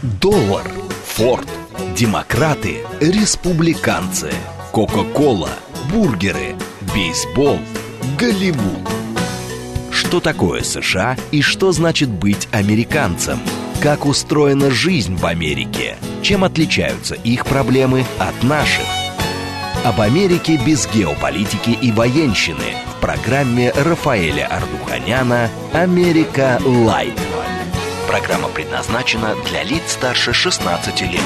Доллар, Форд, демократы, республиканцы, Кока-кола, бургеры, бейсбол, Голливуд. Что такое США и что значит быть американцем? Как устроена жизнь в Америке? Чем отличаются их проблемы от наших? Об Америке без геополитики и военщины в программе Рафаэля Ардуханяна «Америка Лайт». Программа предназначена для лиц старше 16 лет.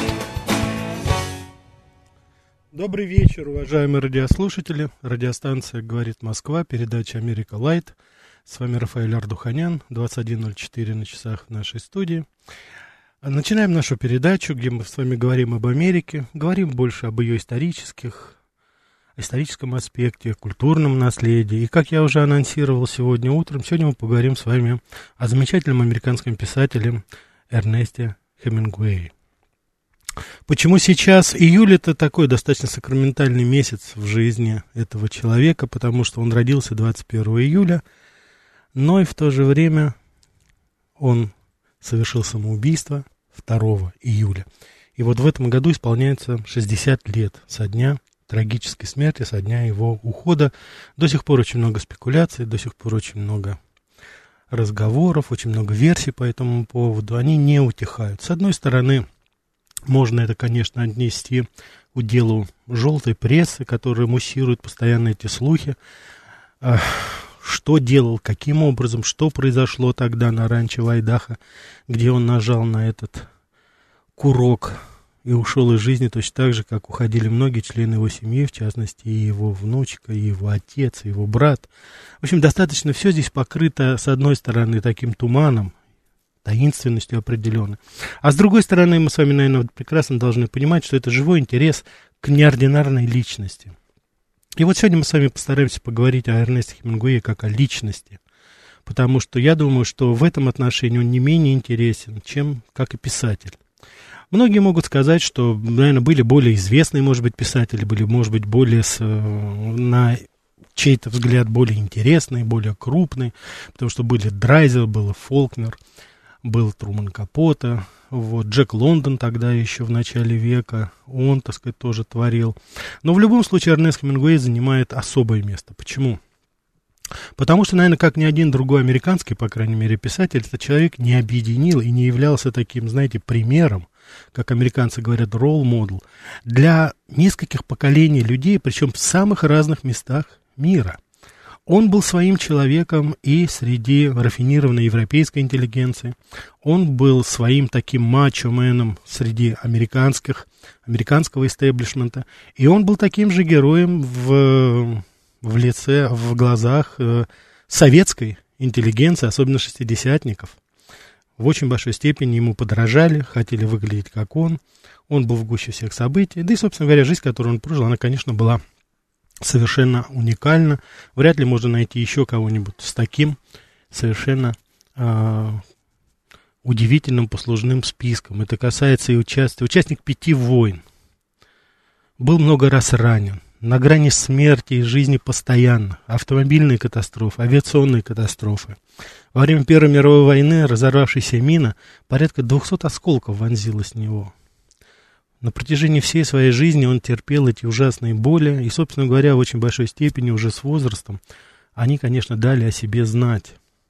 Добрый вечер, уважаемые радиослушатели. Радиостанция «Говорит Москва», передача «Америка Лайт». С вами Рафаэль Ардуханян, 21:04 на часах в нашей студии. Начинаем нашу передачу, где мы с вами говорим об Америке, говорим больше об ее историческом аспекте, культурном наследии. И, как я уже анонсировал сегодня утром, сегодня мы поговорим с вами о замечательном американском писателе Эрнесте Хемингуэе. Почему сейчас июль — это такой достаточно сакраментальный месяц в жизни этого человека, потому что он родился 21 июля, но и в то же время он совершил самоубийство 2 июля. И вот в этом году исполняется 60 лет со дня трагической смерти, со дня его ухода. До сих пор очень много спекуляций, до сих пор очень много разговоров, очень много версий по этому поводу. Они не утихают. С одной стороны, можно это, конечно, отнести к уделу желтой прессы, которая муссирует постоянно эти слухи. Что делал, каким образом, что произошло тогда на ранчо в Айдахо, где он нажал на этот курок и ушел из жизни точно так же, как уходили многие члены его семьи, в частности, и его внучка, и его отец, и его брат. В общем, достаточно все здесь покрыто, с одной стороны, таким туманом, таинственностью определенной, а с другой стороны, мы с вами, наверное, прекрасно должны понимать, что это живой интерес к неординарной личности. И вот сегодня мы с вами постараемся поговорить о Эрнесте Хемингуэе как о личности, потому что я думаю, что в этом отношении он не менее интересен, чем как и писатель. Многие могут сказать, что, наверное, были более известные, может быть, писатели, были, может быть, более, на чей-то взгляд, более интересные, более крупные, потому что были Драйзер, был Фолкнер, был Труман Капоте, вот, Джек Лондон тогда еще в начале века, он, так сказать, тоже творил. Но в любом случае Эрнест Хемингуэй занимает особое место. Почему? Потому что, наверное, как ни один другой американский, по крайней мере, писатель, этот человек не объединил и не являлся таким, знаете, примером, как американцы говорят, role model, для нескольких поколений людей, причем в самых разных местах мира. Он был своим человеком и среди рафинированной европейской интеллигенции. Он был своим таким мачо-меном среди американского истеблишмента. И он был таким же героем в лице, в глазах советской интеллигенции, особенно шестидесятников. В очень большой степени ему подражали, хотели выглядеть как он. Он был в гуще всех событий. Да и, собственно говоря, жизнь, которую он прожил, она, конечно, была совершенно уникально. Вряд ли можно найти еще кого-нибудь с таким совершенно удивительным послужным списком. Это касается и участник 5 войн. Был много раз ранен. На грани смерти и жизни постоянно. Автомобильные катастрофы, авиационные катастрофы. Во время Первой мировой войны разорвавшаяся мина, порядка 200 осколков вонзилась в него. На протяжении всей своей жизни он терпел эти ужасные боли, и, собственно говоря, в очень большой степени уже с возрастом они, конечно, дали о себе знать.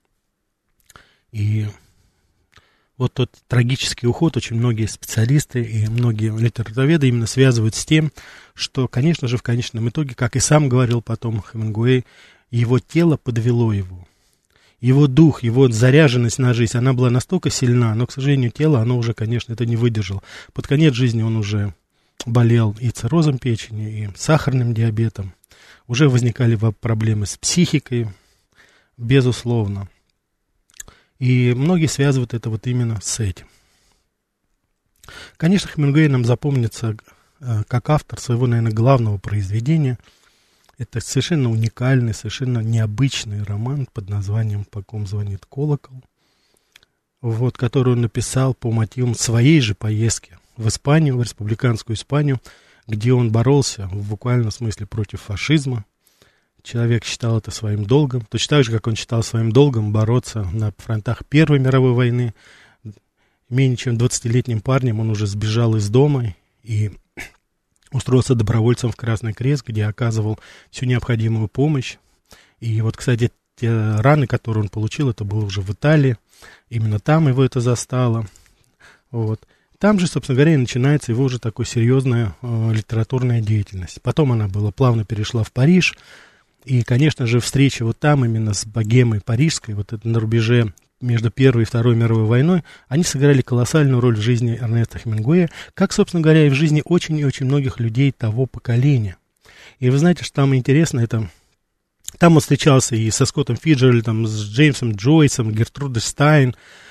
И вот тот трагический уход очень многие специалисты и многие литературоведы именно связывают с тем, что, конечно же, в конечном итоге, как и сам говорил потом Хемингуэй, его тело подвело его. Его дух, его заряженность на жизнь, она была настолько сильна, но, к сожалению, тело, оно уже, конечно, это не выдержало. Под конец жизни он уже болел и циррозом печени, и сахарным диабетом. Уже возникали проблемы с психикой, безусловно. И многие связывают это вот именно с этим. Конечно, Хемингуэй нам запомнится как автор своего, наверное, главного произведения. Это совершенно уникальный, совершенно необычный роман под названием «По ком звонит колокол», вот, который он написал по мотивам своей же поездки в Испанию, в республиканскую Испанию, где он боролся в буквальном смысле против фашизма. Человек считал это своим долгом, точно так же, как он считал своим долгом бороться на фронтах Первой мировой войны, менее чем 20-летним парнем он уже сбежал из дома и устроился добровольцем в Красный Крест, где оказывал всю необходимую помощь. И вот, кстати, те раны, которые он получил, это было уже в Италии. Именно там его это застало. Вот. Там же, собственно говоря, и начинается его уже такая серьезная литературная деятельность. Потом она плавно перешла в Париж. И, конечно же, встреча вот там именно с богемой парижской, вот это на рубеже между Первой и Второй мировой войной, они сыграли колоссальную роль в жизни Эрнеста Хемингуэя, как, собственно говоря, и в жизни очень и очень многих людей того поколения. И вы знаете, что там интересно, это... Там он встречался и со Скоттом Фиджеральдом, с Джеймсом Джойсом, Гертрудой Стайн,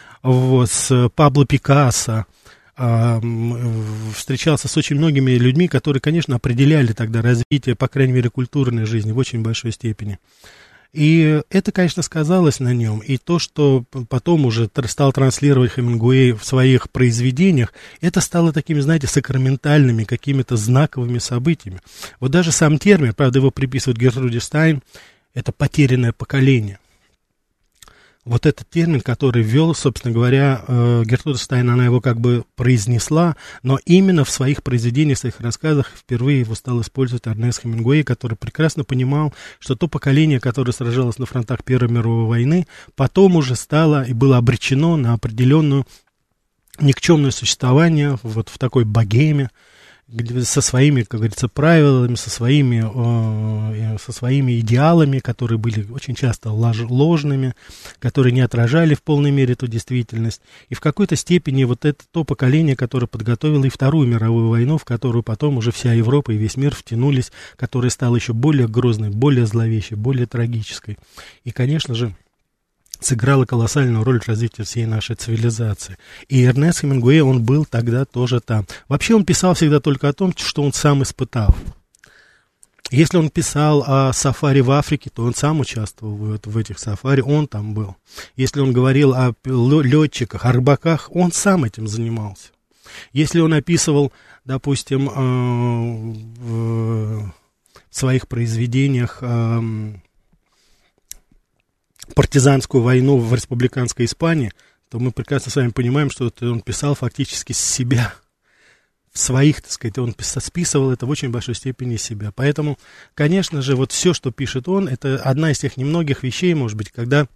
с Пабло Пикассо, встречался с очень многими людьми, которые, конечно, определяли тогда развитие, по крайней мере, культурной жизни в очень большой степени. И это, конечно, сказалось на нем. И то, что потом уже стал транслировать Хемингуэй в своих произведениях, это стало такими, знаете, сакраментальными, какими-то знаковыми событиями. Вот даже сам термин, правда, его приписывают Гертруде Стайн, это потерянное поколение. Вот этот термин, который ввел, собственно говоря, Гертруда Стайн, она его как бы произнесла, но именно в своих произведениях, в своих рассказах впервые его стал использовать Эрнест Хемингуэй, который прекрасно понимал, что то поколение, которое сражалось на фронтах Первой мировой войны, потом уже стало и было обречено на определенную никчемное существование вот в такой богеме, со своими, как говорится, правилами, со своими идеалами, которые были очень часто ложными, которые не отражали в полной мере ту действительность. И в какой-то степени вот это то поколение, которое подготовило и Вторую мировую войну, в которую потом уже вся Европа и весь мир втянулись, которая стала еще более грозной, более зловещей, более трагической. И, конечно же, сыграла колоссальную роль в развитии всей нашей цивилизации. И Эрнест Хемингуэй, он был тогда тоже там. Вообще он писал всегда только о том, что он сам испытал. Если он писал о сафари в Африке, то он сам участвовал в этих сафари, он там был. Если он говорил о летчиках, о рыбаках, он сам этим занимался. Если он описывал, допустим, в своих произведениях партизанскую войну в республиканской Испании, то мы прекрасно с вами понимаем, что он писал фактически с себя, в своих, так сказать, он списывал это в очень большой степени из себя. Поэтому, конечно же, вот все, что пишет он, это одна из тех немногих вещей, может быть, когда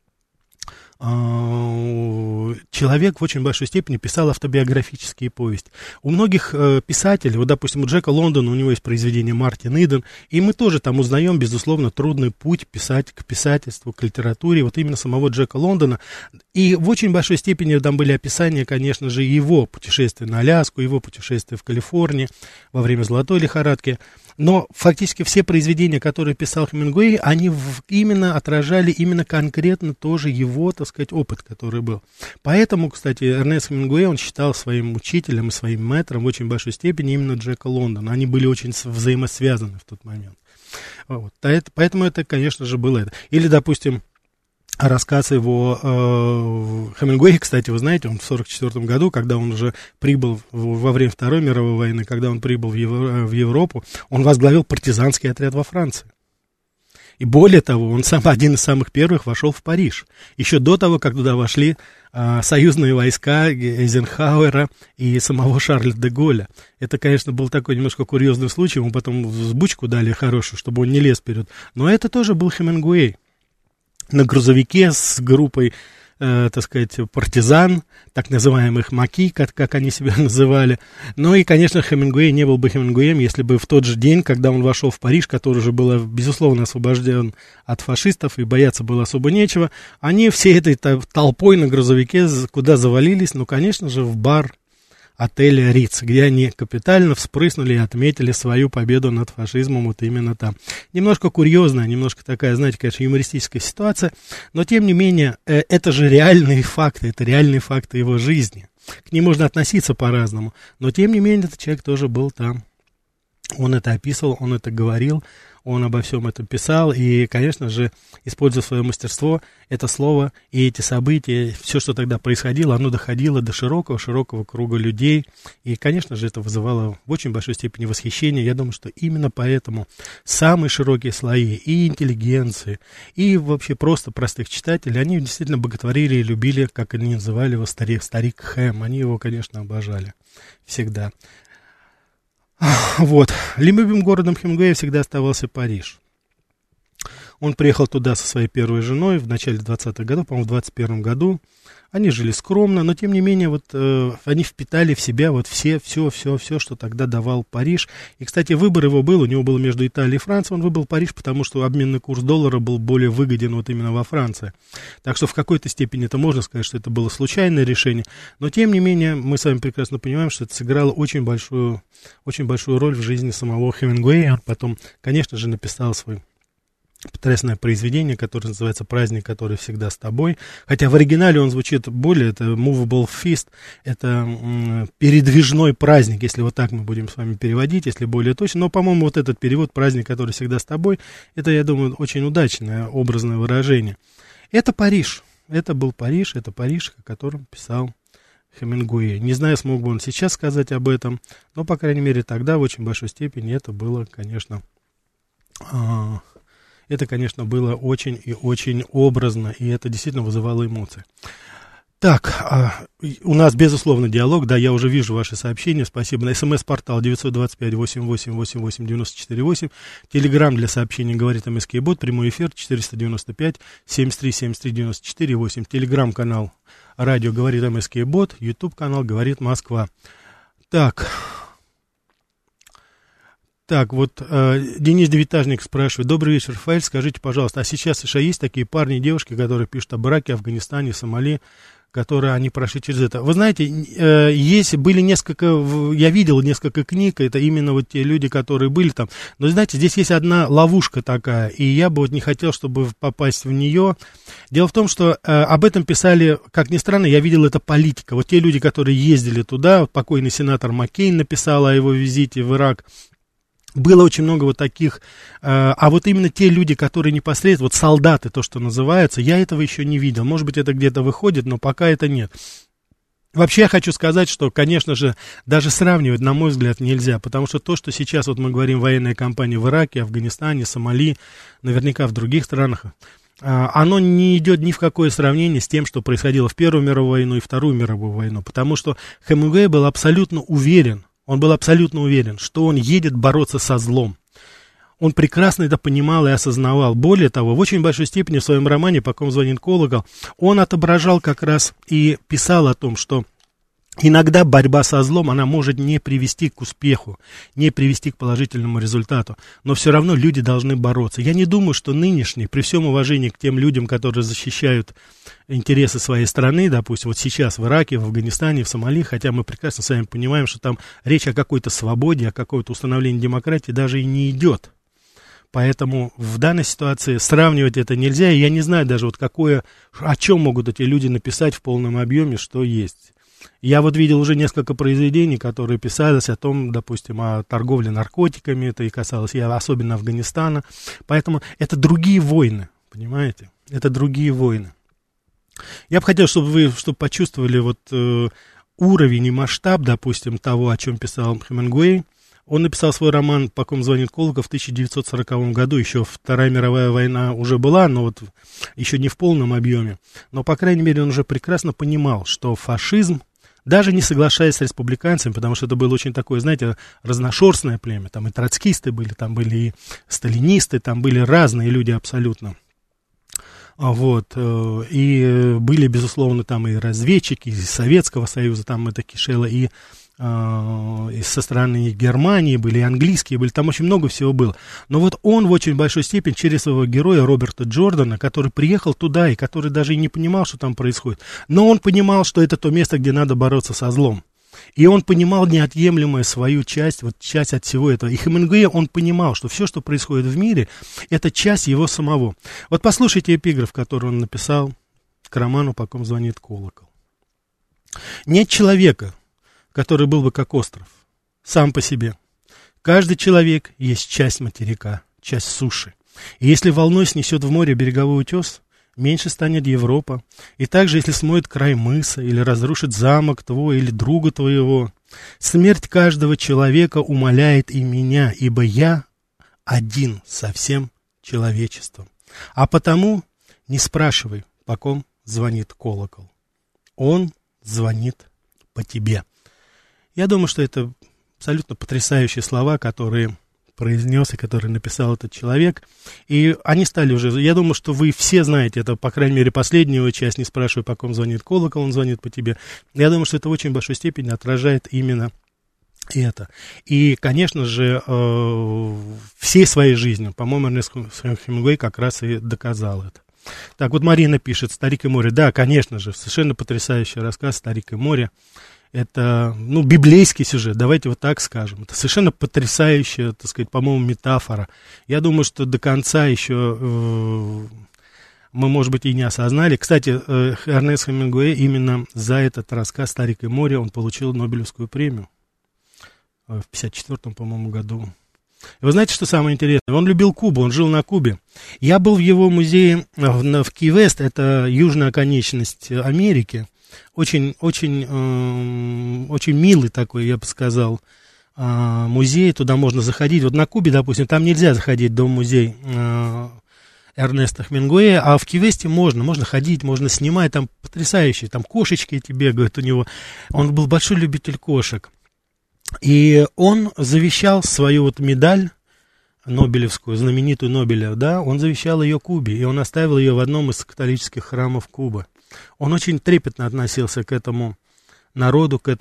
человек в очень большой степени писал автобиографические повести. У многих писателей, вот, допустим, у Джека Лондона, у него есть произведение «Мартин Иден», и мы тоже там узнаем, безусловно, трудный путь к писательству, к литературе, вот именно самого Джека Лондона. И в очень большой степени там были описания, конечно же, его путешествия на Аляску, его путешествия в Калифорнии во время золотой лихорадки. Но фактически все произведения, которые писал Хемингуэй, они именно отражали именно конкретно тоже его, так сказать, опыт, который был. Поэтому, кстати, Эрнест Хемингуэй, он считал своим учителем и своим мэтром в очень большой степени именно Джека Лондона. Они были очень взаимосвязаны в тот момент. Вот. Поэтому это, конечно же, было это. Или, допустим, рассказ его Хемингуэй, кстати, вы знаете, он в 1944 году, когда он уже прибыл во время Второй мировой войны, когда он прибыл в Европу, он возглавил партизанский отряд во Франции. И более того, он сам один из самых первых вошел в Париж. Еще до того, как туда вошли союзные войска Эйзенхауэра и самого Шарля де Голля. Это, конечно, был такой немножко курьезный случай, ему потом взбучку дали хорошую, чтобы он не лез вперед. Но это тоже был Хемингуэй. На грузовике с группой, так сказать, партизан, так называемых маки, как они себя называли. Ну и, конечно, Хемингуэй не был бы Хемингуэем, если бы в тот же день, когда он вошел в Париж, который уже был, безусловно, освобожден от фашистов, и бояться было особо нечего, они всей этой толпой на грузовике куда завалились? Ну, конечно же, в бар отеля Риц, где они капитально вспрыснули и отметили свою победу над фашизмом вот именно там. Немножко курьезная, немножко такая, знаете, конечно, юмористическая ситуация, но тем не менее, это же реальные факты, это реальные факты его жизни. К ним можно относиться по-разному, но тем не менее, этот человек тоже был там. Он это описывал, он это говорил, он обо всем этом писал, и, конечно же, используя свое мастерство, это слово и эти события, все, что тогда происходило, оно доходило до широкого круга людей, и, конечно же, это вызывало в очень большой степени восхищение. Я думаю, что именно поэтому самые широкие слои и интеллигенции, и вообще просто простых читателей, они действительно боготворили и любили, как они называли его, старик Хэм, они его, конечно, обожали всегда. Вот. Любимым городом Хемингуэя всегда оставался Париж. Он приехал туда со своей первой женой в начале 20-х годов, по-моему, в 21 году. Они жили скромно, но, тем не менее, вот, они впитали в себя вот все, что тогда давал Париж. И, кстати, выбор его был, у него был между Италией и Францией, он выбрал Париж, потому что обменный курс доллара был более выгоден вот именно во Франции. Так что в какой-то степени это можно сказать, что это было случайное решение, но, тем не менее, мы с вами прекрасно понимаем, что это сыграло очень большую роль в жизни самого Хемингуэя. Он потом, конечно же, написал свой потрясное произведение, которое называется «Праздник, который всегда с тобой». Хотя в оригинале он звучит более, это «Movable Feast», это передвижной праздник, если вот так мы будем с вами переводить, если более точно. Но, по-моему, вот этот перевод «Праздник, который всегда с тобой», это, я думаю, очень удачное образное выражение. Это Париж, это был Париж, это Париж, о котором писал Хемингуэй. Не знаю, смог бы он сейчас сказать об этом, но, по крайней мере, тогда в очень большой степени это было, конечно, было очень и очень образно, и это действительно вызывало эмоции. Так, у нас, безусловно, диалог, да, я уже вижу ваши сообщения, спасибо. На СМС-портал 925-88-84-8, Телеграм для сообщений «Говорит МСК-бот», прямой эфир 495-73-73-94-8, Телеграм-канал «Радио Говорит МСК-бот», Ютуб-канал «Говорит Москва». Так, вот Денис Девятажник спрашивает: добрый вечер, Рафаэль, скажите, пожалуйста, а сейчас в США есть такие парни и девушки, которые пишут о браке, Афганистане, Сомали, которые они прошли через это? Вы знаете, были несколько, я видел несколько книг, это именно вот те люди, которые были там, но, знаете, здесь есть одна ловушка такая, и я бы вот не хотел, чтобы попасть в нее. Дело в том, что об этом писали, как ни странно, я видел это политика, вот те люди, которые ездили туда, вот покойный сенатор Маккейн написал о его визите в Ирак. Было очень много вот таких, а вот именно те люди, которые непосредственно, вот солдаты, то, что называется, я этого еще не видел. Может быть, это где-то выходит, но пока это нет. Вообще, я хочу сказать, что, конечно же, даже сравнивать, на мой взгляд, нельзя, потому что то, что сейчас, вот мы говорим, военная кампания в Ираке, Афганистане, Сомали, наверняка в других странах, оно не идет ни в какое сравнение с тем, что происходило в Первую мировую войну и Вторую мировую войну, потому что Хемингуэй был абсолютно уверен, что он едет бороться со злом. Он прекрасно это понимал и осознавал. Более того, в очень большой степени в своем романе «По ком звонит колокол» он отображал как раз и писал о том, что иногда борьба со злом, она может не привести к успеху, не привести к положительному результату, но все равно люди должны бороться. Я не думаю, что нынешние, при всем уважении к тем людям, которые защищают интересы своей страны, допустим, вот сейчас в Ираке, в Афганистане, в Сомали, хотя мы прекрасно с вами понимаем, что там речь о какой-то свободе, о каком-то установлении демократии даже и не идет. Поэтому в данной ситуации сравнивать это нельзя, и я не знаю даже вот о чем могут эти люди написать в полном объеме, что есть. Я вот видел уже несколько произведений, которые писались о том, допустим, о торговле наркотиками, это и касалось особенно Афганистана, поэтому это другие войны, понимаете, это другие войны. Я бы хотел, чтобы вы почувствовали вот уровень и масштаб, допустим, того, о чем писал Хемингуэй. Он написал свой роман «По ком звонит колокол» в 1940 году, еще Вторая мировая война уже была, но вот еще не в полном объеме. Но, по крайней мере, он уже прекрасно понимал, что фашизм, даже не соглашаясь с республиканцами, потому что это было очень такое, знаете, разношерстное племя, там и троцкисты были, там были и сталинисты, там были разные люди абсолютно. Вот, и были, безусловно, там и разведчики из Советского Союза, там это кишело, и со стороны Германии были, и английские были, там очень много всего было. Но вот он в очень большой степени через своего героя Роберта Джордана, который приехал туда и который даже и не понимал, что там происходит, но он понимал, что это то место, где надо бороться со злом. И он понимал неотъемлемую свою часть, вот часть от всего этого. И Хемингуэй, он понимал, что все, что происходит в мире, это часть его самого. Вот послушайте эпиграф, который он написал к роману «По ком звонит колокол». «Нет человека, который был бы как остров, сам по себе, Каждый человек есть часть материка, часть суши. И если волной снесет в море береговой утес, меньше станет Европа. И также, если смоет край мыса, или разрушит замок твой, или друга твоего, смерть каждого человека умаляет и меня, ибо я один со всем человечеством. А потому не спрашивай, по ком звонит колокол. Он звонит по тебе. Я думаю, что это абсолютно потрясающие слова, которые произнес и который написал этот человек. И они стали уже... Я думаю, что вы все знаете это, по крайней мере, последнюю часть, не спрашивая, по ком звонит колокол, он звонит по тебе. Я думаю, что это в очень большой степени отражает именно это. И, конечно же, всей своей жизнью, по-моему, Эрнест Хемингуэй как раз и доказал это. Так, вот Марина пишет «Старик и море». Да, конечно же, совершенно потрясающий рассказ «Старик и море». Это, библейский сюжет, давайте вот так скажем. Это совершенно потрясающая, так сказать, по-моему, метафора. Я думаю, что до конца еще мы, может быть, и не осознали. Кстати, Эрнест Хемингуэй именно за этот рассказ «Старик и море» он получил Нобелевскую премию в 1954, по-моему, году. И вы знаете, что самое интересное? Он любил Кубу, он жил на Кубе. Я был в его музее в Ки-Вест, это южная оконечность Америки. Очень милый такой, я бы сказал, музей, туда можно заходить. Вот на Кубе, допустим, там нельзя заходить в дом-музей Эрнеста Хемингуэя, а в Ки-Весте можно ходить, можно снимать, там потрясающие, там кошечки эти бегают у него. Он был большой любитель кошек. И он завещал свою вот медаль Нобелевскую, знаменитую Нобеля, да, он завещал ее Кубе, и он оставил ее в одном из католических храмов Кубы. Он очень трепетно относился к этому народу, к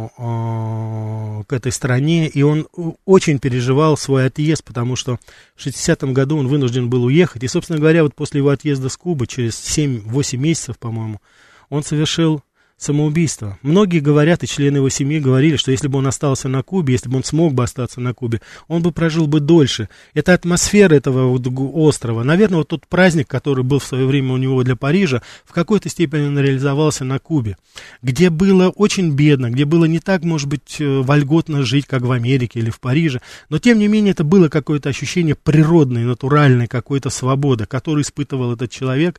этой стране, и он очень переживал свой отъезд, потому что в 60-м году он вынужден был уехать, и, собственно говоря, вот после его отъезда с Кубы, через 7-8 месяцев, по-моему, он совершил самоубийство. Многие говорят, и члены его семьи говорили, что если бы он остался на Кубе, если бы он смог бы остаться на Кубе, он бы прожил бы дольше. Это атмосфера этого острова. Наверное, вот тот праздник, который был в свое время у него для Парижа, в какой-то степени он реализовался на Кубе, где было очень бедно, где было не так, может быть, вольготно жить, как в Америке или в Париже, но, тем не менее, это было какое-то ощущение природной, натуральной какой-то свободы, которую испытывал этот человек,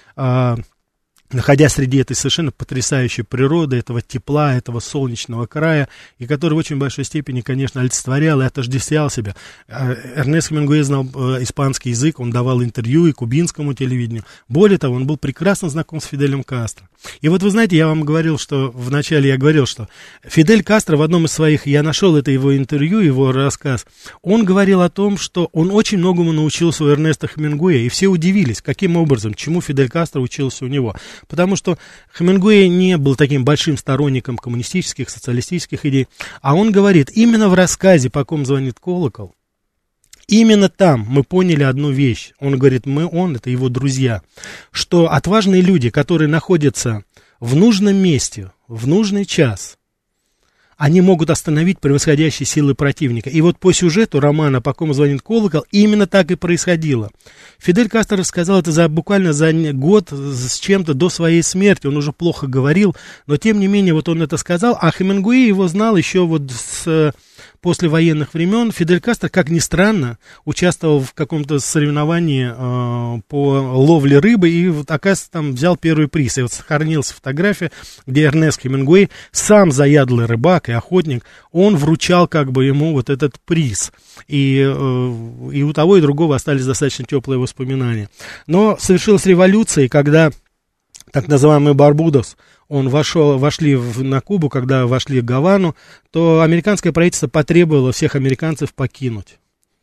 находясь среди этой совершенно потрясающей природы, этого тепла, этого солнечного края, и который в очень большой степени, конечно, олицетворял и отождествлял себя. Эрнест Хемингуэй знал испанский язык, он давал интервью и кубинскому телевидению. Более того, он был прекрасно знаком с Фиделем Кастро. И вот вы знаете, я вам говорил, что вначале я говорил, что Фидель Кастро в одном из своих, я нашел это его интервью, его рассказ, он говорил о том, что он очень многому научился у Эрнеста Хемингуэя, и все удивились, каким образом, чему Фидель Кастро учился у него. Потому что Хемингуэй не был таким большим сторонником коммунистических, социалистических идей, а он говорит, именно в рассказе «По ком звонит колокол», именно там мы поняли одну вещь. Он говорит, это его друзья, что отважные люди, которые находятся в нужном месте, в нужный час, они могут остановить превосходящие силы противника. И вот по сюжету романа «По ком звонит колокол» именно так и происходило. Фидель Кастро рассказал это буквально за год с чем-то до своей смерти. Он уже плохо говорил, но тем не менее вот он это сказал. А Хемингуэй его знал еще вот с послевоенных времен. Фидель Кастро, как ни странно, участвовал в каком-то соревновании по ловле рыбы и, вот, оказывается, там взял первый приз. И вот сохранилась фотография, где Эрнест Хемингуэй, сам заядлый рыбак и охотник, он вручал как бы ему вот этот приз. И у того, и другого остались достаточно теплые воспоминания. Но совершилась революция, когда так называемый Барбудос, вошли на Кубу, когда вошли в Гавану, то американское правительство потребовало всех американцев покинуть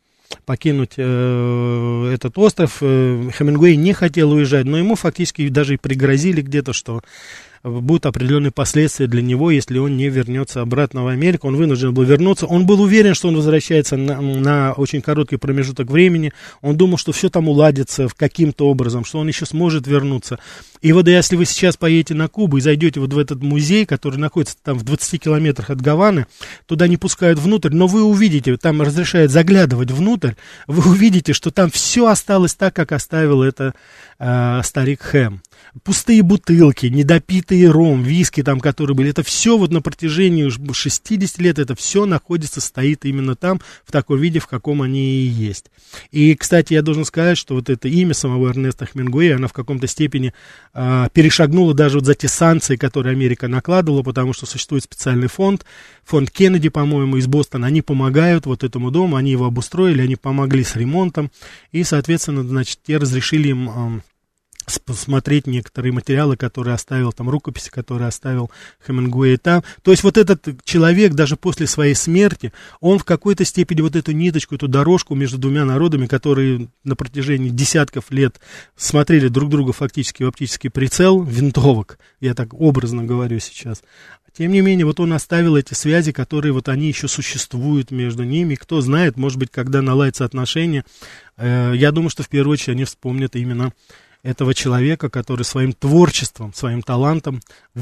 этот остров. Хемингуэй не хотел уезжать, но ему фактически даже и пригрозили где-то, что будут определенные последствия для него, если он не вернется обратно в Америку. Он вынужден был вернуться. Он был уверен, что он возвращается на очень короткий промежуток времени. Он думал, что все там уладится каким-то образом, что он еще сможет вернуться. И вот если вы сейчас поедете на Кубу и зайдете вот в этот музей, который находится там в 20 километрах от Гаваны, туда не пускают внутрь, но вы увидите, там разрешают заглядывать внутрь, вы увидите, что там все осталось так, как оставил это старик Хэм. Пустые бутылки, недопитые ром, виски там, которые были, это все вот на протяжении 60 лет, это все находится, стоит именно там, в таком виде, в каком они и есть. И, кстати, я должен сказать, что вот это имя самого Эрнеста Хемингуэя, оно в каком-то степени перешагнуло даже вот за те санкции, которые Америка накладывала, потому что существует специальный фонд Кеннеди, по-моему, из Бостона, они помогают вот этому дому, они его обустроили, они помогли с ремонтом, и, соответственно, значит, те разрешили им смотреть некоторые материалы, которые оставил, там, рукописи, которые оставил Хемингуэй там. То есть вот этот человек, даже после своей смерти, он в какой-то степени вот эту ниточку, эту дорожку между двумя народами, которые на протяжении десятков лет смотрели друг друга фактически в оптический прицел винтовок, я так образно говорю сейчас. Тем не менее, вот он оставил эти связи, которые вот они еще существуют между ними. Кто знает, может быть, когда наладятся отношения, я думаю, что в первую очередь они вспомнят именно этого человека, который своим творчеством, своим талантом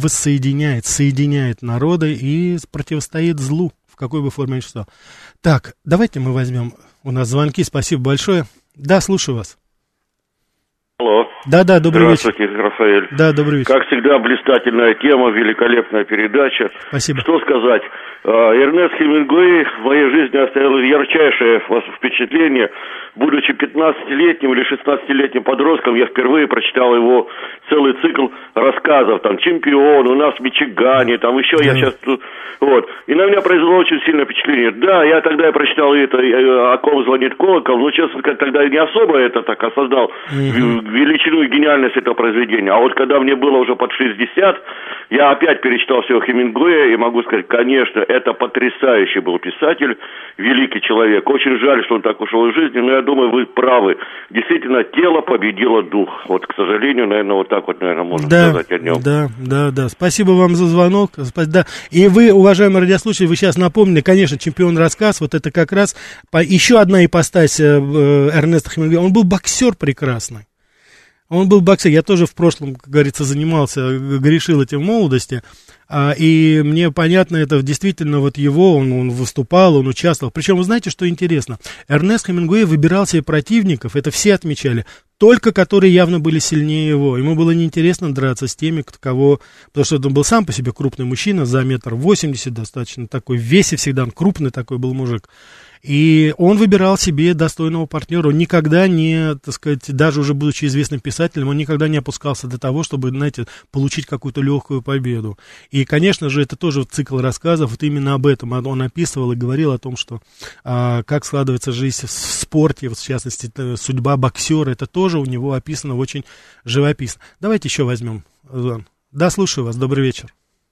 соединяет народы и противостоит злу, в какой бы форме ни стал. Так, давайте мы возьмем у нас звонки. Спасибо большое. Да, слушаю вас. Алло. Да, добрый вечер. Здравствуйте, Рафаэль. Да, добрый вечер. Как всегда, блистательная тема, великолепная передача. Спасибо. Что сказать? Эрнест Хемингуэй в моей жизни оставил ярчайшее впечатление. Будучи 15-летним или 16-летним подростком, я впервые прочитал его целый цикл рассказов. Там «Чемпион», «У нас в Мичигане», там еще я сейчас... Вот. И на меня произвело очень сильное впечатление. Да, я тогда прочитал это «О ком звонит колокол», но, честно сказать, тогда не особо это так осознал величину и гениальность этого произведения. А вот когда мне было уже под 60, я опять перечитал всего Хемингуэя и могу сказать, конечно, это потрясающий был писатель, великий человек. Очень жаль, что он так ушел из жизни, но я думаю, вы правы. Действительно, тело победило дух. Вот, к сожалению, наверное, вот так вот, наверное, можно сказать о нем. Да. Спасибо вам за звонок. Да. И вы, уважаемые радиослушатели, вы сейчас напомнили, конечно, «Чемпион» рассказ, вот это как раз еще одна ипостась Эрнеста Хемингуэя. Он был боксер прекрасный. Он был боксер. Я тоже в прошлом, как говорится, занимался, грешил этим в молодости. И мне понятно, это действительно вот его, он выступал, он участвовал. Причем, вы знаете, что интересно? Эрнест Хемингуэй выбирал себе противников, это все отмечали, только которые явно были сильнее его. Ему было неинтересно драться с теми, кого... Потому что он был сам по себе крупный мужчина, за 1,80 м достаточно такой, в весе всегда, он крупный такой был мужик. И он выбирал себе достойного партнера. Он никогда не, так сказать, даже уже будучи известным писателем, он никогда не опускался до того, чтобы, знаете, получить какую-то легкую победу. И, конечно же, это тоже цикл рассказов, вот именно об этом он описывал и говорил о том, что как складывается жизнь в спорте, вот в частности, судьба боксера, это тоже у него описано очень живописно. Давайте еще возьмем. Да, слушаю вас, добрый вечер.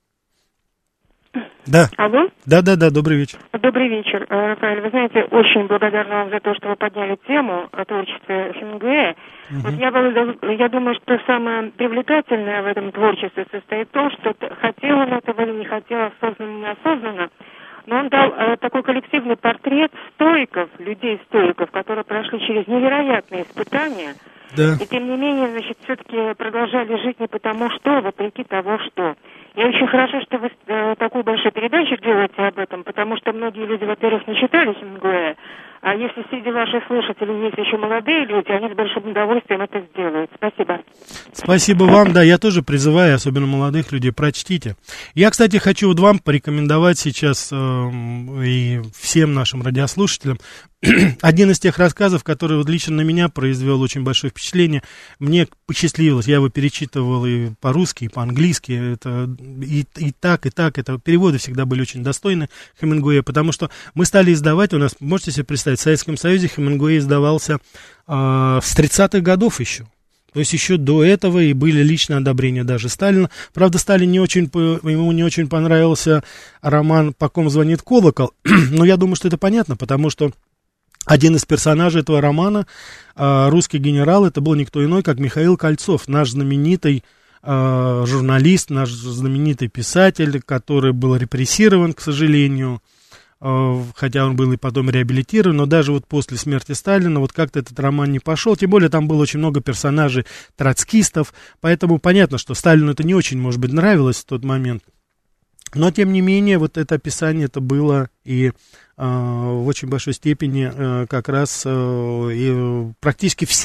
Да. Алло? Да, добрый вечер. Добрый вечер, Рафаэль. Вы знаете, очень благодарна вам за то, что вы подняли тему о творчестве Хемингуэя. Вот я думаю, что самое привлекательное в этом творчестве состоит в том, что хотел он этого или не хотел, осознанно или неосознанно, но он дал такой коллективный портрет людей-стоиков, которые прошли через невероятные испытания, и тем не менее, значит, все-таки продолжали жить не потому что, а вопреки того, что. И очень хорошо, что вы такую большую передачу делаете об этом, потому что многие люди, во-первых, не читали Хемингуэя, а если среди ваших слушателей есть еще молодые люди, они с большим удовольствием это сделают. Спасибо. Спасибо вам, да, я тоже призываю, особенно молодых людей, прочтите. Я, кстати, хочу вот вам порекомендовать сейчас и всем нашим радиослушателям один из тех рассказов, который вот лично на меня произвел очень большое впечатление. Мне посчастливилось, я его перечитывал и по-русски, и по-английски, это и так, это переводы всегда были очень достойны Хемингуэя, потому что мы стали издавать, у нас, можете себе представить, в Советском Союзе Хемингуэй издавался с 30-х годов еще. То есть еще до этого и были личные одобрения даже Сталина. Правда, ему не очень понравился роман «По ком звонит колокол», но я думаю, что это понятно, потому что один из персонажей этого романа, русский генерал, это был никто иной, как Михаил Кольцов, наш знаменитый журналист, наш знаменитый писатель, который был репрессирован, к сожалению, хотя он был и потом реабилитирован, но даже вот после смерти Сталина вот как-то этот роман не пошел, тем более там было очень много персонажей троцкистов, поэтому понятно, что Сталину это не очень, может быть, нравилось в тот момент, но тем не менее вот это описание это было и в очень большой степени как раз и практически все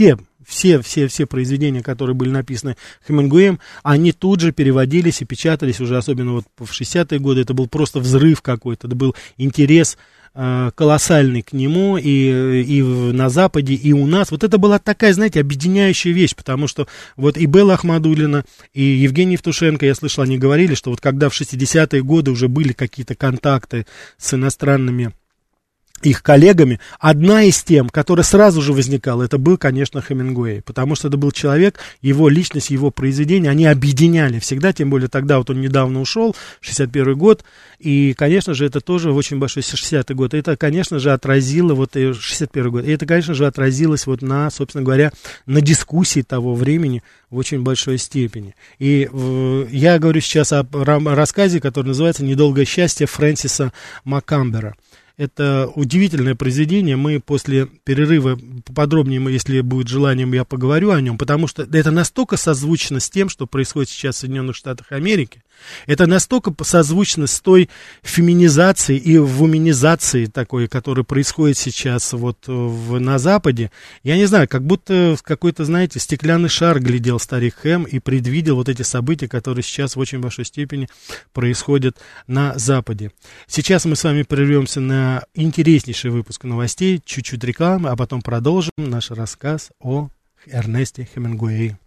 все произведения, которые были написаны Хемингуэем, они тут же переводились и печатались уже, особенно вот в 60-е годы. Это был просто взрыв какой-то, это был интерес колоссальный к нему и на Западе, и у нас. Вот это была такая, знаете, объединяющая вещь, потому что вот и Белла Ахмадуллина, и Евгений Евтушенко, я слышал, они говорили, что вот когда в 60-е годы уже были какие-то контакты с иностранными их коллегами, одна из тем, которая сразу же возникала, это был, конечно, Хемингуэй, потому что это был человек, его личность, его произведения, они объединяли всегда, тем более тогда вот он недавно ушел, 61 год, и, конечно же, это тоже очень большой, 60-й год, это, конечно же, отразило, вот 61 год, и это, конечно же, отразилось вот на, собственно говоря, на дискуссии того времени в очень большой степени. И я говорю сейчас о рассказе, который называется «Недолгое счастье» Фрэнсиса Маккамбера. Это удивительное произведение, мы после перерыва подробнее, если будет желание, я поговорю о нем, потому что это настолько созвучно с тем, что происходит сейчас в Соединенных Штатах Америки, это настолько созвучно с той феминизацией и вуманизацией такой, которая происходит сейчас вот на Западе. Я не знаю, как будто какой-то, знаете, стеклянный шар глядел старик Хэм и предвидел вот эти события, которые сейчас в очень большой степени происходят на Западе. Сейчас мы с вами прервемся на интереснейший выпуск новостей, чуть-чуть рекламы, а потом продолжим наш рассказ о Эрнесте Хемингуэе.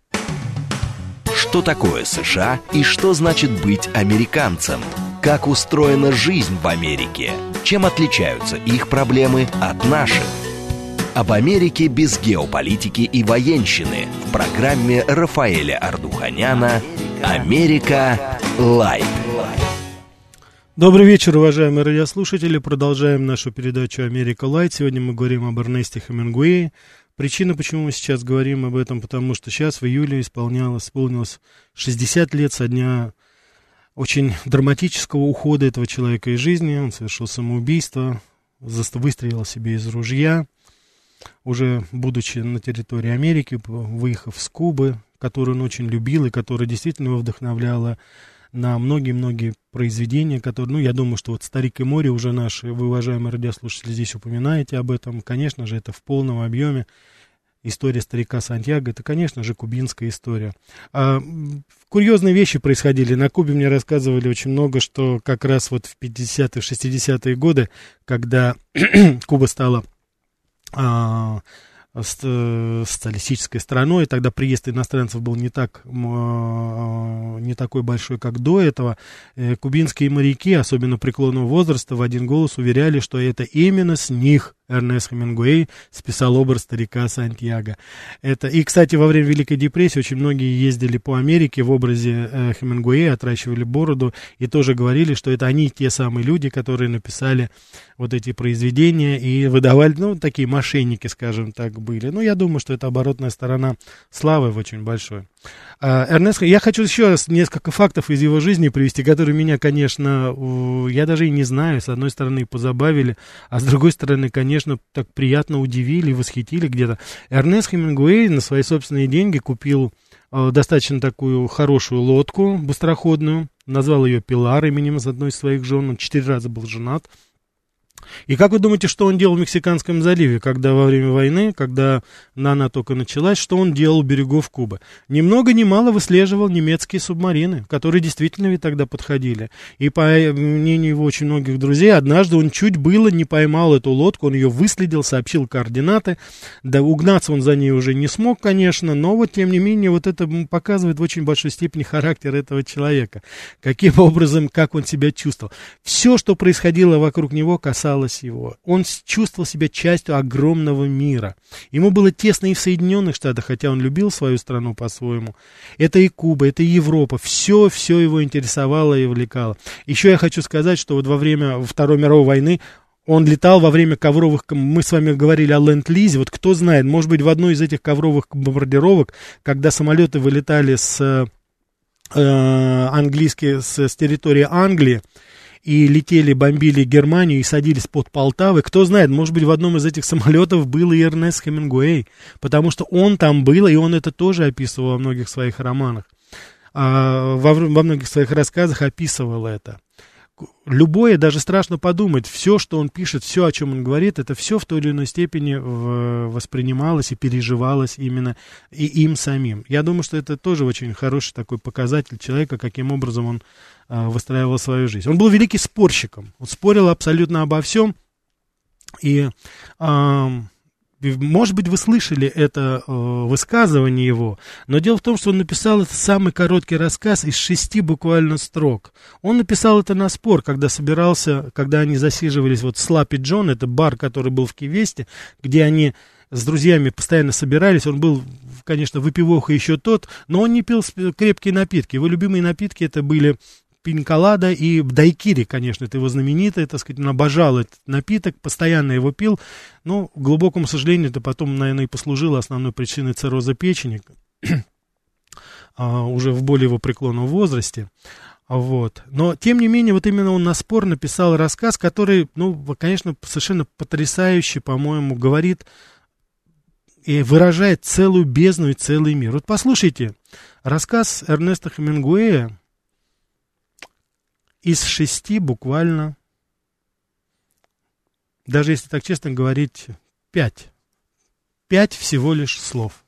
Что такое США и что значит быть американцем? Как устроена жизнь в Америке? Чем отличаются их проблемы от наших? Об Америке без геополитики и военщины в программе Рафаэля Ардуханяна «Америка Лайт». Добрый вечер, уважаемые радиослушатели. Продолжаем нашу передачу «Америка Лайт». Сегодня мы говорим об Эрнесте Хемингуэе. Причина, почему мы сейчас говорим об этом, потому что сейчас в июле исполнилось 60 лет со дня очень драматического ухода этого человека из жизни. Он совершил самоубийство, выстрелил себе из ружья, уже будучи на территории Америки, выехав с Кубы, которую он очень любил и которая действительно его вдохновляла на многие-многие произведения, которые, ну, я думаю, что вот «Старик и море» уже наши, вы, уважаемые радиослушатели, здесь упоминаете об этом. Конечно же, это в полном объеме. История старика Сантьяго, это, конечно же, кубинская история. Курьезные вещи происходили. На Кубе мне рассказывали очень много, что как раз вот в 50-е, 60-е годы, когда Куба стала социалистической страной, тогда приезд иностранцев был не такой большой, как до этого. Кубинские моряки, особенно преклонного возраста, в один голос уверяли, что это именно с них Эрнест Хемингуэй списал образ старика Сантьяго. И, кстати, во время Великой депрессии очень многие ездили по Америке в образе Хемингуэя, отращивали бороду и тоже говорили, что это они те самые люди, которые написали вот эти произведения и выдавали, ну, такие мошенники, скажем так, были. Ну, я думаю, что это оборотная сторона славы очень большой. Эрнест, я хочу еще раз несколько фактов из его жизни привести, которые меня, конечно, я даже и не знаю, с одной стороны позабавили, а с другой стороны, конечно, так приятно удивили, восхитили где-то. Эрнест Хемингуэй на свои собственные деньги купил достаточно такую хорошую лодку быстроходную, назвал ее «Пилар» именем одной из своих жен, он 4 раза был женат. И как вы думаете, что он делал в Мексиканском заливе, когда во время войны, когда она только началась, что он делал у берегов Кубы? Ни много ни мало выслеживал немецкие субмарины, которые действительно ведь тогда подходили. И по мнению его очень многих друзей, однажды он чуть было не поймал эту лодку, он ее выследил, сообщил координаты. Да, угнаться он за ней уже не смог, конечно, но вот тем не менее вот это показывает в очень большой степени характер этого человека. Каким образом, как он себя чувствовал. Все, что происходило вокруг него, касалось его. Он чувствовал себя частью огромного мира. Ему было тесно и в Соединенных Штатах, хотя он любил свою страну по-своему. Это и Куба, это и Европа. Все его интересовало и увлекало. Еще я хочу сказать, что вот во время Второй мировой войны он летал во время ковровых... Мы с вами говорили о Ленд-Лизе. Вот кто знает, может быть, в одной из этих ковровых бомбардировок, когда самолеты вылетали с территории Англии, и летели, бомбили Германию и садились под Полтавой. Кто знает, может быть, в одном из этих самолетов был и Эрнест Хемингуэй, потому что он там был, и он это тоже описывал во многих своих романах, во многих своих рассказах описывал это. любое, даже страшно подумать, все, что он пишет, все, о чем он говорит, это все в той или иной степени воспринималось и переживалось именно и им самим. Я думаю, что это тоже очень хороший такой показатель человека, каким образом он выстраивал свою жизнь. Он был великий спорщиком, он спорил абсолютно обо всем, и... Может быть, вы слышали это высказывание его, но дело в том, что он написал это самый короткий рассказ из 6 буквально строк. Он написал это на спор, когда они засиживались, вот Слаппи Джон, это бар, который был в Ки-Весте, где они с друзьями постоянно собирались. Он был, конечно, выпивоха еще тот, но он не пил крепкие напитки. Его любимые напитки это были пинколада и дайкири, конечно, это его знаменитый, так сказать, он обожал этот напиток, постоянно его пил, но, к глубокому сожалению, это потом, наверное, и послужило основной причиной цирроза печени, уже в более его преклонном возрасте, вот. Но, тем не менее, вот именно он на спор написал рассказ, который, ну, конечно, совершенно потрясающе, по-моему, говорит и выражает целую бездну и целый мир. Вот послушайте, рассказ Эрнеста Хемингуэя из 6 буквально, даже если так честно говорить, 5 всего лишь слов.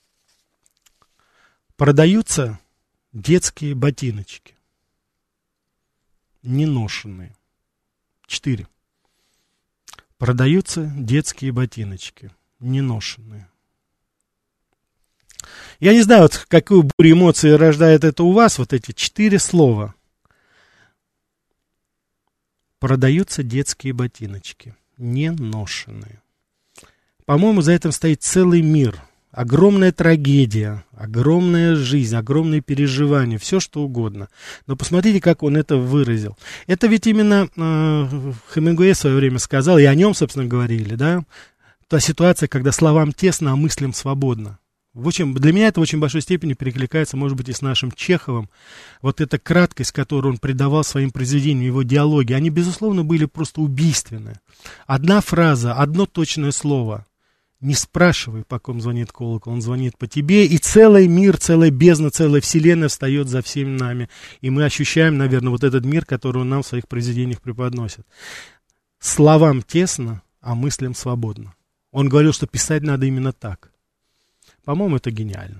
Продаются детские ботиночки, неношенные. 4. Продаются детские ботиночки, неношенные. Я не знаю, вот какую бурю эмоций рождает это у вас, вот эти 4 слова. Продаются детские ботиночки, неношенные. По-моему, за этим стоит целый мир. Огромная трагедия, огромная жизнь, огромные переживания, все что угодно. Но посмотрите, как он это выразил. Это ведь именно Хемингуэй в свое время сказал, и о нем, собственно, говорили, да? Та ситуация, когда словам тесно, а мыслям свободно. Для меня это в очень большой степени перекликается, может быть, и с нашим Чеховым. Вот эта краткость, которую он придавал своим произведениям, его диалоги, они, безусловно, были просто убийственны. Одна фраза, одно точное слово. Не спрашивай, по ком звонит колокол, он звонит по тебе, и целый мир, целая бездна, целая вселенная встает за всеми нами. И мы ощущаем, наверное, вот этот мир, который он нам в своих произведениях преподносит. Словам тесно, а мыслям свободно. Он говорил, что писать надо именно так. По-моему, это гениально.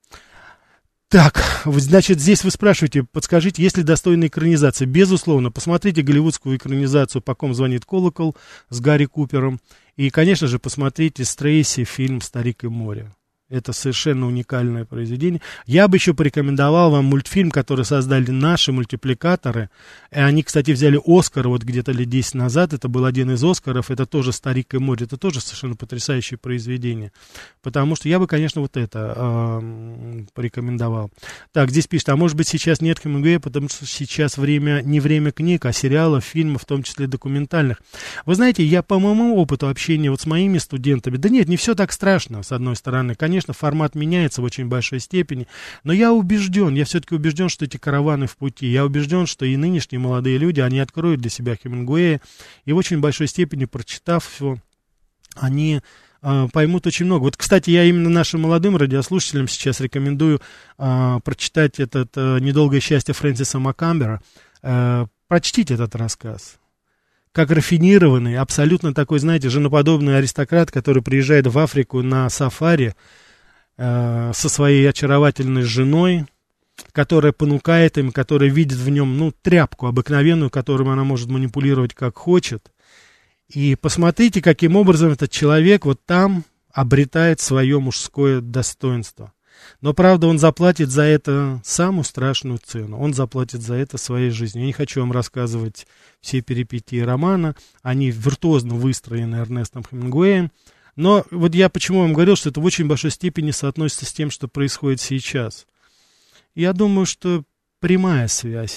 Так, значит, здесь вы спрашиваете, подскажите, есть ли достойная экранизация? Безусловно, посмотрите голливудскую экранизацию «По ком звонит колокол» с Гарри Купером. И, конечно же, посмотрите с Трейси фильм «Старик и море». Это совершенно уникальное произведение. Я бы еще порекомендовал вам мультфильм, который создали наши мультипликаторы. И они, кстати, взяли Оскар вот где-то лет 10 назад. Это был один из Оскаров. Это тоже «Старик и море». Это тоже совершенно потрясающее произведение. Потому что я бы, конечно, вот это порекомендовал. Так, здесь пишет, а может быть сейчас нет Хемингуэя, потому что сейчас не время книг, а сериалов, фильмов, в том числе документальных. Вы знаете, я по моему опыту общения вот с моими студентами, да нет, не все так страшно, с одной стороны. Конечно, формат меняется в очень большой степени, но я все-таки убежден, что эти караваны в пути. Я убежден, что и нынешние молодые люди, они откроют для себя Хемингуэя, и в очень большой степени, прочитав его, они поймут очень много. Вот, кстати, я именно нашим молодым радиослушателям сейчас рекомендую прочитать этот «Недолгое счастье» Фрэнсиса Маккамбера. Прочтите этот рассказ. Как рафинированный, абсолютно такой, знаете, женоподобный аристократ, который приезжает в Африку на сафари со своей очаровательной женой, которая понукает им, которая видит в нем, тряпку обыкновенную, которым она может манипулировать как хочет. И посмотрите, каким образом этот человек вот там обретает свое мужское достоинство. Но, правда, он заплатит за это самую страшную цену. Он заплатит за это своей жизнью. Я не хочу вам рассказывать все перипетии романа. Они виртуозно выстроены Эрнестом Хемингуэем. Но вот я почему вам говорил, что это в очень большой степени соотносится с тем, что происходит сейчас. Я думаю, что прямая связь.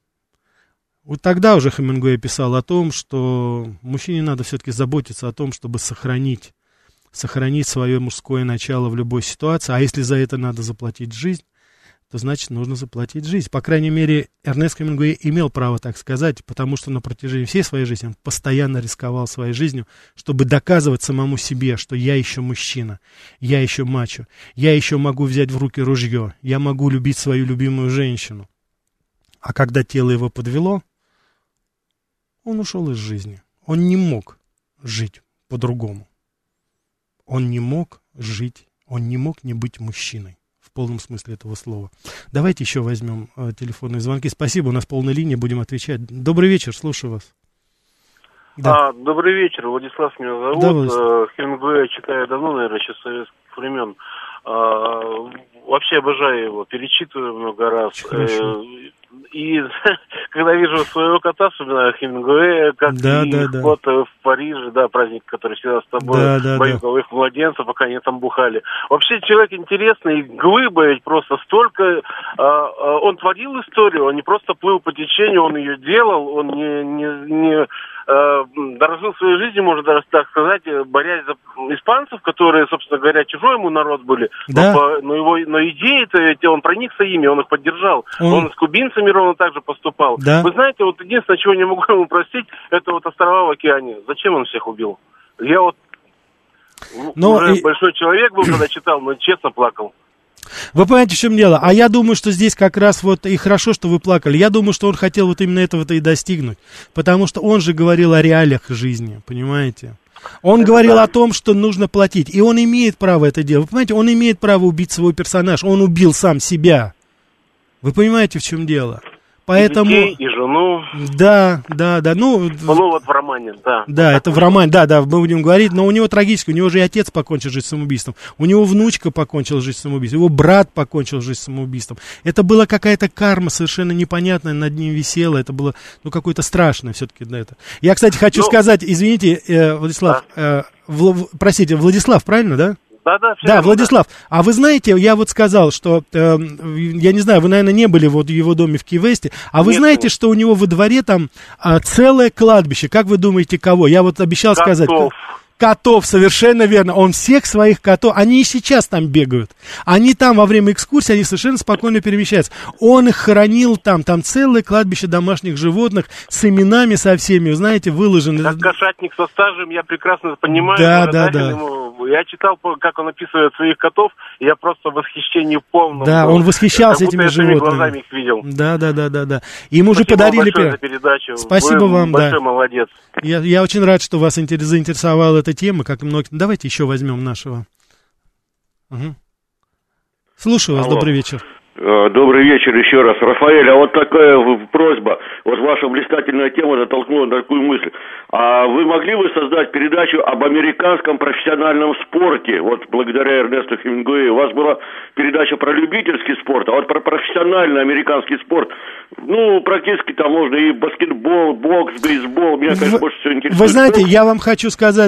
Вот тогда уже Хемингуэй писал о том, что мужчине надо все-таки заботиться о том, чтобы сохранить свое мужское начало в любой ситуации, а если за это надо заплатить жизнь, то значит нужно заплатить жизнь. По крайней мере, Эрнест Хемингуэй имел право так сказать, потому что на протяжении всей своей жизни он постоянно рисковал своей жизнью, чтобы доказывать самому себе, что я еще мужчина, я еще мачо, я еще могу взять в руки ружье, я могу любить свою любимую женщину. А когда тело его подвело, Он ушел из жизни. Он не мог жить по-другому. Он не мог жить, он не мог не быть мужчиной. В полном смысле этого слова. Давайте еще возьмем телефонные звонки. Спасибо, у нас полная линия, будем отвечать. Добрый вечер, слушаю вас. Да. Добрый вечер, Владислав меня зовут. Да, Хемингуэя читаю давно, наверное, еще с советских времен. Вообще обожаю его, перечитываю много раз. И когда вижу своего кота, вспоминаю Хемингуэя, как вот в Париже, праздник, который всегда с тобой, боевых младенцев, пока они там бухали. Вообще человек интересный, глыба ведь просто столько. Он творил историю, он не просто плыл по течению, он ее делал, он не дорожил своей жизнью, можно даже так сказать, борясь за испанцев, которые, собственно говоря, чужой ему народ были. Да. Но идеи-то ведь он проникся ими, он их поддержал. Он с кубинцами ровно так же поступал. Да. Вы знаете, вот единственное, чего не могу ему простить, это вот острова в океане. Зачем он всех убил? Я вот уже большой человек был, когда читал, но честно плакал. Вы понимаете, в чем дело? А я думаю, что здесь как раз вот и хорошо, что вы плакали. Я думаю, что он хотел вот именно этого-то и достигнуть. Потому что он же говорил о реалиях жизни, понимаете? Он говорил о том, что нужно платить. И он имеет право это делать. Вы понимаете, он имеет право убить свой персонаж. Он убил сам себя. Вы понимаете, в чем дело? Поэтому... И детей, и жену. Да. Ну вот в романе, да. Да, это в романе, да, мы будем говорить, но у него трагически, у него же и отец покончил жизнь самоубийством, у него внучка покончила жизнь самоубийством, его брат покончил жизнь самоубийством. Это была какая-то карма совершенно непонятная, над ним висела, это было, какое-то страшное все-таки для этого. Я, кстати, хочу сказать, извините, Владислав, простите, Владислав, правильно, да? Да, Владислав, а вы знаете, я вот сказал, что, я не знаю, вы, наверное, не были вот в его доме в Ки-Весте, а вы знаете, что у него во дворе там целое кладбище, как вы думаете, кого? Я вот обещал сказать... Котов, совершенно верно. Он всех своих котов, они и сейчас там бегают. Они там во время экскурсии, они совершенно спокойно перемещаются. Он их хоронил там целое кладбище домашних животных с именами со всеми, знаете, выложены. Как кошатник со стажем, я прекрасно понимаю. Да. Я читал, как он описывает своих котов, и я просто в восхищении полном. Да, он восхищался этими животными. Глазами их видел. Да. Ему уже подарили... Спасибо за передачу. Спасибо вам, большой молодец. Я очень рад, что вас заинтересовала эта тема, как и многие. Давайте еще возьмем нашего. Угу. Слушаю вас, добрый вечер. Добрый вечер еще раз. Рафаэль, а вот такая просьба. Вот ваша блистательная тема натолкнула на такую мысль. А вы могли бы создать передачу об американском профессиональном спорте? Вот благодаря Эрнесту Хемингуэю. У вас была передача про любительский спорт, а вот про профессиональный американский спорт, практически там можно и баскетбол, бокс, бейсбол. Меня, конечно, больше всего интересует. Вы знаете, я вам хочу сказать,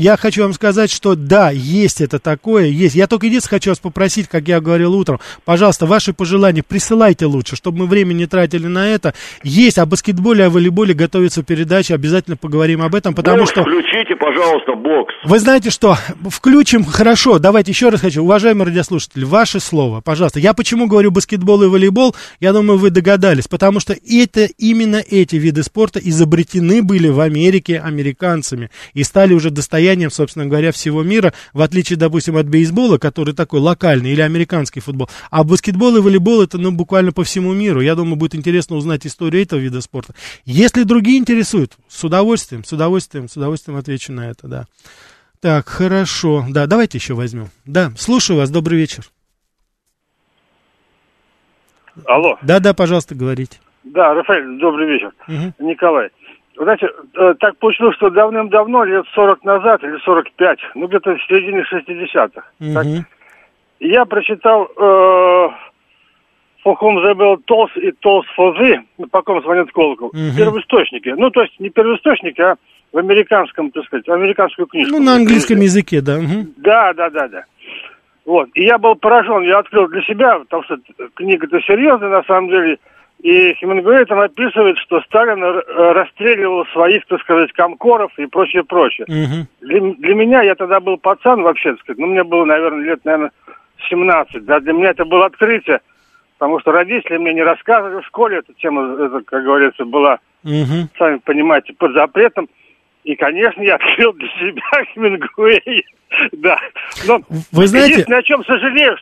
что да, есть это такое, есть. Я только единственное хочу вас попросить, как я говорил утром, пожалуйста, ваши пожелания присылайте лучше, чтобы мы время не тратили на это. Есть о баскетболе, о волейболе готовится передача, обязательно поговорим об этом, потому что... Включите, пожалуйста, бокс. Вы знаете что, включим, хорошо, давайте еще раз хочу, уважаемые радиослушатели, ваше слово, пожалуйста. Я почему говорю баскетбол и волейбол, я думаю, вы догадались, потому что именно эти виды спорта изобретены были в Америке американцами и стали уже достоянием, собственно говоря, всего мира, в отличие, допустим, от бейсбола, который такой локальный, или американский футбол, а баскетбол и волейбол это, буквально по всему миру. Я думаю, будет интересно узнать историю этого вида спорта. Если другие интересуют, с удовольствием отвечу на это, да. Так, хорошо. Да, давайте еще возьмем. Да, слушаю вас, добрый вечер. Алло. Да, пожалуйста, говорите. Да, Рафаэль, добрый вечер. Угу. Николай. Вы знаете, так получилось, что давным-давно, лет 40 назад или 45, где-то в середине 60-х, угу. Я прочитал «For whom the bell tolls, it tolls for thee», по ком звонит колокол, первоисточники. То есть не первоисточники, а в американском, так сказать, американскую книжку. На английском языке, да. Угу. Да. Вот. И я был поражен, я открыл для себя, потому что книга-то серьезная на самом деле, и Хемингуэй там описывает, что Сталин расстреливал своих, так сказать, комкоров и прочее. Угу. Для меня, я тогда был пацан вообще, так сказать, мне было, наверное, лет, 17, да, для меня это было открытие, потому что родители мне не рассказывали в школе, эта тема, как говорится, была, сами понимаете, под запретом. И, конечно, я открыл для себя Хемингуэя, да. Но вы знаете... единственное, о чем сожалею, что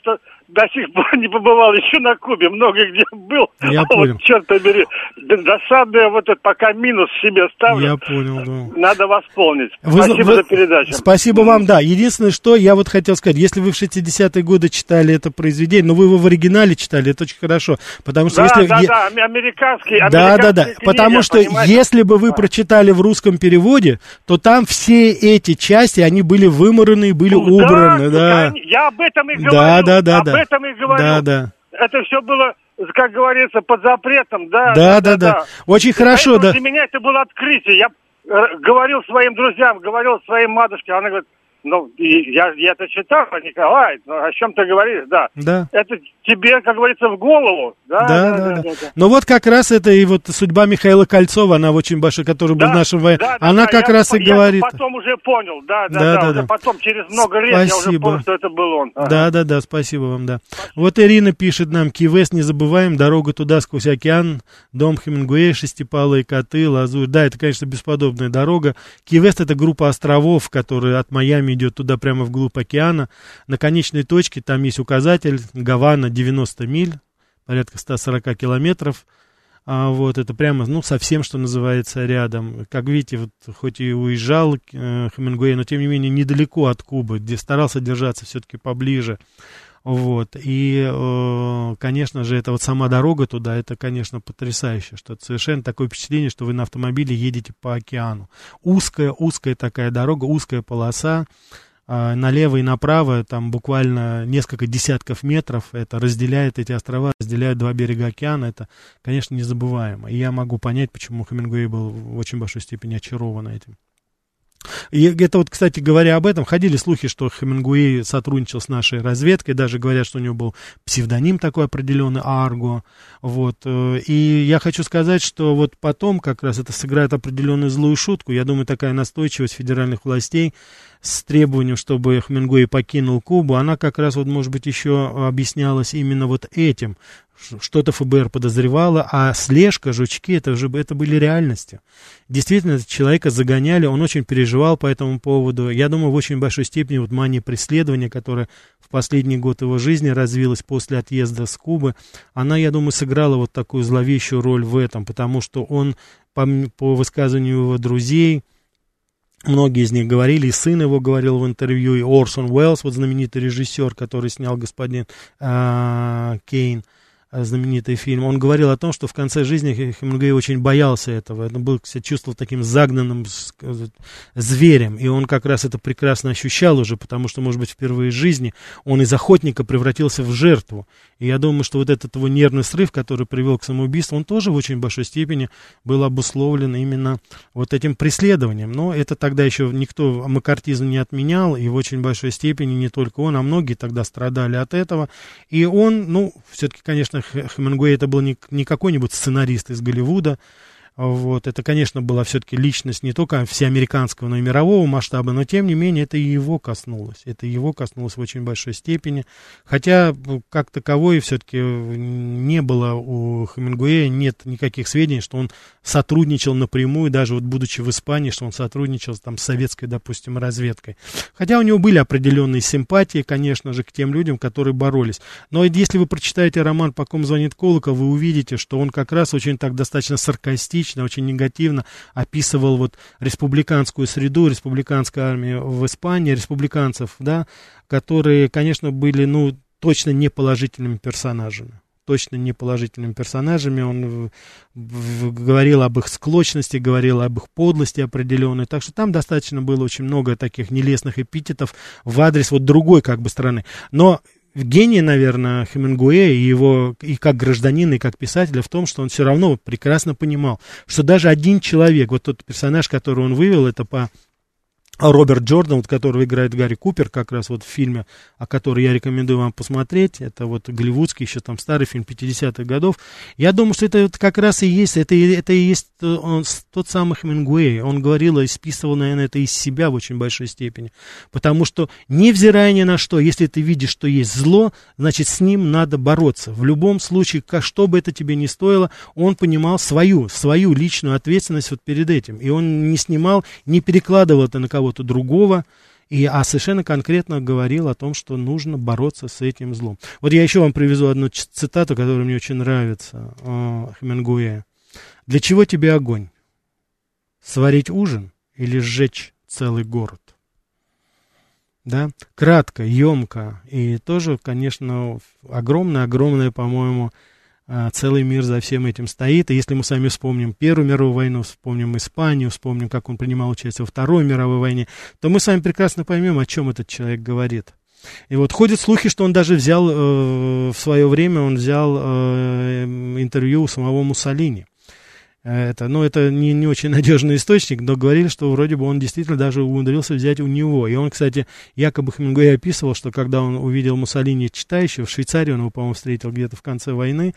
до сих пор не побывал еще на Кубе, много где был. Я понял. Вот, черт побери, досадное вот это пока минус себе ставлю. Я понял, да. Надо восполнить. Спасибо за передачу. Спасибо вам, да. Единственное, что я вот хотел сказать, если вы в 60-е годы читали это произведение, но вы его в оригинале читали, это очень хорошо, потому что если... Да, американский да, книги, потому что понимаете? если бы вы прочитали в русском переводе, то там все эти части, они были вымораны, были убраны, да. Я об этом и говорю. Да. Об этом и говорю. Да. Это все было, как говорится, под запретом, да. Да. Очень хорошо, да. Для меня это было открытие. Я говорил своим друзьям, говорил своей матушке, она говорит, ну, я это читал, Николай, о чем ты говоришь, да. Это тебе, как говорится, в голову. Да. Но вот как раз это и вот судьба Михаила Кольцова, она очень большая, который был нашим военным. Она как раз и говорит. Я потом уже понял, да. Потом, через много лет, я уже понял, что это был он. Да, спасибо вам, да. Вот Ирина пишет нам, Ки-Вест, не забываем, дорога туда сквозь океан, дом Хемингуэя, шестипалые коты, Лазурь. Да, это, конечно, бесподобная дорога. Ки-Вест — это группа островов, которые от Майами идет туда прямо вглубь океана. На конечной точке там есть указатель Гавана 90 миль, порядка 140 километров. Вот это прямо, совсем, что называется, рядом. Как видите, вот, хоть и уезжал Хемингуэй, но тем не менее недалеко от Кубы, где старался держаться все-таки поближе. Вот. И, конечно же, это вот сама дорога туда, это, конечно, потрясающе, что это совершенно такое впечатление, что вы на автомобиле едете по океану. Узкая такая дорога, узкая полоса, налево и направо, там буквально несколько десятков метров, это разделяет эти острова, разделяет два берега океана, это, конечно, незабываемо. И я могу понять, почему Хемингуэй был в очень большой степени очарован этим. И это вот, кстати говоря, об этом ходили слухи, что Хемингуэй сотрудничал с нашей разведкой, даже говорят, что у него был псевдоним такой определенный, Арго, вот, и я хочу сказать, что вот потом как раз это сыграет определенную злую шутку, я думаю, такая настойчивость федеральных властей с требованием, чтобы Хемингуэй покинул Кубу, она как раз вот, может быть, еще объяснялась именно вот этим. Что-то ФБР подозревало, а слежка, жучки, это были реальностью. Действительно, человека загоняли, он очень переживал по этому поводу. Я думаю, в очень большой степени вот мания преследования, которая в последний год его жизни развилась после отъезда с Кубы, она, я думаю, сыграла вот такую зловещую роль в этом, потому что он, по высказыванию его друзей, многие из них говорили, и сын его говорил в интервью, и Орсон Уэллс, вот знаменитый режиссер, который снял «Господин Кейн», знаменитый фильм, он говорил о том, что в конце жизни Хемингуэй очень боялся этого, он был, кстати, чувствовал таким загнанным зверем, и он как раз это прекрасно ощущал уже, потому что, может быть, впервые в жизни он из охотника превратился в жертву, и я думаю, что вот этот его нервный срыв, который привел к самоубийству, он тоже в очень большой степени был обусловлен именно вот этим преследованием, но это тогда еще никто маккартизм не отменял, и в очень большой степени не только он, а многие тогда страдали от этого, и он, все-таки, конечно, Хемингуэй это был не какой-нибудь сценарист из Голливуда, вот, это, конечно, была все-таки личность не только всеамериканского, но и мирового масштаба, но, тем не менее, это и его коснулось в очень большой степени, хотя, как таковой, все-таки не было у Хемингуэя, нет никаких сведений, что он сотрудничал напрямую, даже вот будучи в Испании, что он сотрудничал там с советской, допустим, разведкой, хотя у него были определенные симпатии, конечно же, к тем людям, которые боролись, но если вы прочитаете роман «По ком звонит колокол», вы увидите, что он как раз очень так достаточно саркастично, очень негативно описывал вот республиканскую среду, республиканскую армию в Испании, республиканцев, да, которые, конечно, были, точно не положительными персонажами. Он говорил об их склочности, говорил об их подлости определенной, так что там достаточно было очень много таких нелестных эпитетов в адрес вот другой как бы стороны, но гений, наверное, Хемингуэя и его и как гражданина, и как писателя в том, что он все равно прекрасно понимал, что даже один человек, вот тот персонаж, который он вывел, это Роберт Джордан, вот, которого играет Гарри Купер, как раз вот в фильме, о котором я рекомендую вам посмотреть, это вот голливудский, еще там старый фильм 50-х годов, я думаю, что это вот как раз и есть, это и есть тот самый Хемингуэй, он говорил и списывал, наверное, это из себя в очень большой степени, потому что, невзирая ни на что, если ты видишь, что есть зло, значит, с ним надо бороться, в любом случае, что бы это тебе ни стоило, он понимал свою личную ответственность вот перед этим, и он не снимал, не перекладывал это на кого-то другого, А совершенно конкретно говорил о том, что нужно бороться с этим злом. Вот я еще вам привезу одну цитату, которая мне очень нравится, Хемингуэя. «Для чего тебе огонь? Сварить ужин или сжечь целый город?» Да? Кратко, емко. И тоже, конечно, огромное, по-моему, целый мир за всем этим стоит. И если мы сами вспомним Первую мировую войну, вспомним Испанию, вспомним, как он принимал участие во Второй мировой войне, то мы с вами прекрасно поймем, о чем этот человек говорит. И вот ходят слухи, что он даже взял, в свое время он взял интервью у самого Муссолини. Это не очень надежный источник, но говорили, что вроде бы он действительно даже умудрился взять у него. И он, кстати, якобы Хемингуэй описывал, что когда он увидел Муссолини читающего, в Швейцарии он его, по-моему, встретил где-то в конце войны,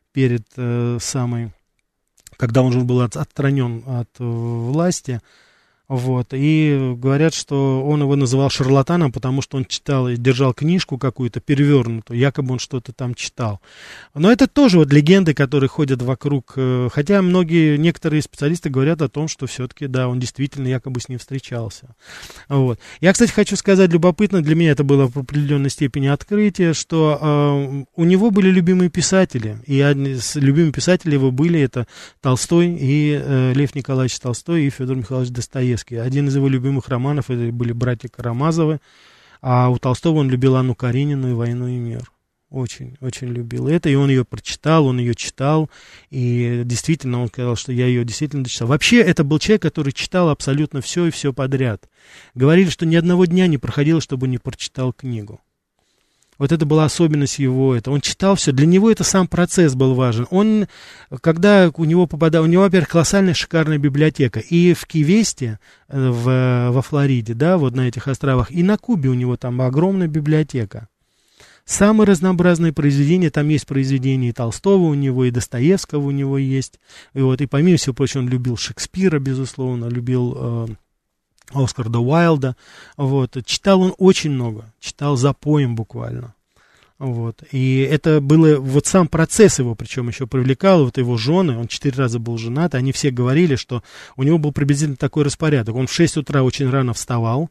когда он уже был отстранен от власти. Вот, и говорят, что он его называл шарлатаном, потому что он читал и держал книжку какую-то перевернутую, якобы он что-то там читал. Но это тоже вот легенды, которые ходят вокруг, хотя некоторые специалисты говорят о том, что все-таки, да, он действительно якобы с ним встречался. Вот. Я, кстати, хочу сказать, любопытно, для меня это было в определенной степени открытие, что у него были любимые писатели, и одни из любимых писателей его были это Толстой и Лев Николаевич Толстой и Федор Михайлович Достоевский. Один из его любимых романов это были «Братья Карамазовы», а у Толстого он любил Анну Каренину и «Войну и мир». Очень, очень любил это, и он ее прочитал, он ее читал, и действительно он сказал, что я ее действительно дочитал. Вообще, это был человек, который читал абсолютно все и все подряд. Говорили, что ни одного дня не проходило, чтобы не прочитал книгу. Вот это была особенность его, он читал все, для него это сам процесс был важен. Когда у него во-первых, колоссальная шикарная библиотека, и в Ки-Весте, во Флориде, да, вот на этих островах, и на Кубе у него там огромная библиотека. Самые разнообразные произведения, там есть произведения и Толстого у него, и Достоевского у него есть, и помимо всего прочего он любил Шекспира, безусловно, любил Оскара Уайлда, читал он очень много, читал запоем буквально, и это было, сам процесс его, причем еще привлекал, его жены, он 4 раза был женат, они все говорили, что у него был приблизительно такой распорядок, он в 6 утра очень рано вставал,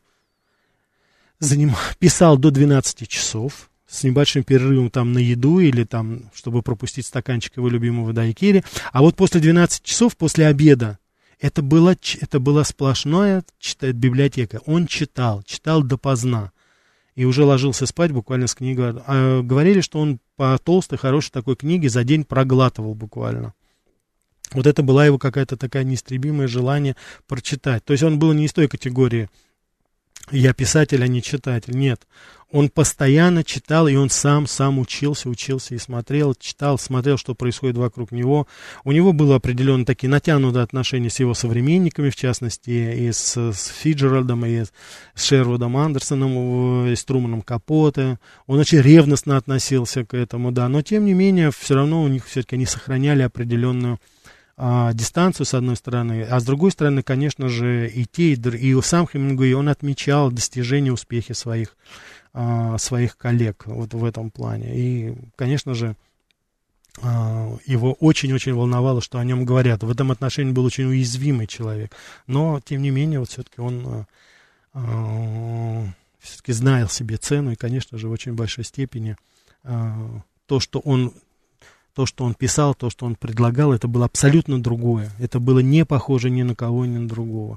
писал до 12 часов, с небольшим перерывом там на еду или там, чтобы пропустить стаканчик его любимого дайкири, а вот после 12 часов, после обеда, это была сплошная библиотека. Он читал допоздна. И уже ложился спать буквально с книгой. Говорили, что он по толстой, хорошей такой книге за день проглатывал буквально. Вот это была его какая-то такая неистребимое желание прочитать. То есть он был не из той категории «я писатель, а не читатель». Нет. Он постоянно читал, и он сам учился и смотрел, смотрел, что происходит вокруг него. У него было определенно такие натянутые отношения с его современниками, в частности, и с Фиджеральдом, и с Шервудом Андерсоном, и с Труманом Капоте. Он очень ревностно относился к этому, да. Но, тем не менее, все равно у них все-таки они сохраняли определенную дистанцию, с одной стороны, а с другой стороны, конечно же, и сам Хемингуэй, он отмечал достижения, успехи своих коллег в этом плане. И, конечно же, его очень-очень волновало, что о нем говорят. В этом отношении был очень уязвимый человек. Но, тем не менее, все-таки он все-таки знал себе цену, и, конечно же, в очень большой степени то, что он писал, то, что он предлагал, это было абсолютно другое. Это было не похоже ни на кого, ни на другого.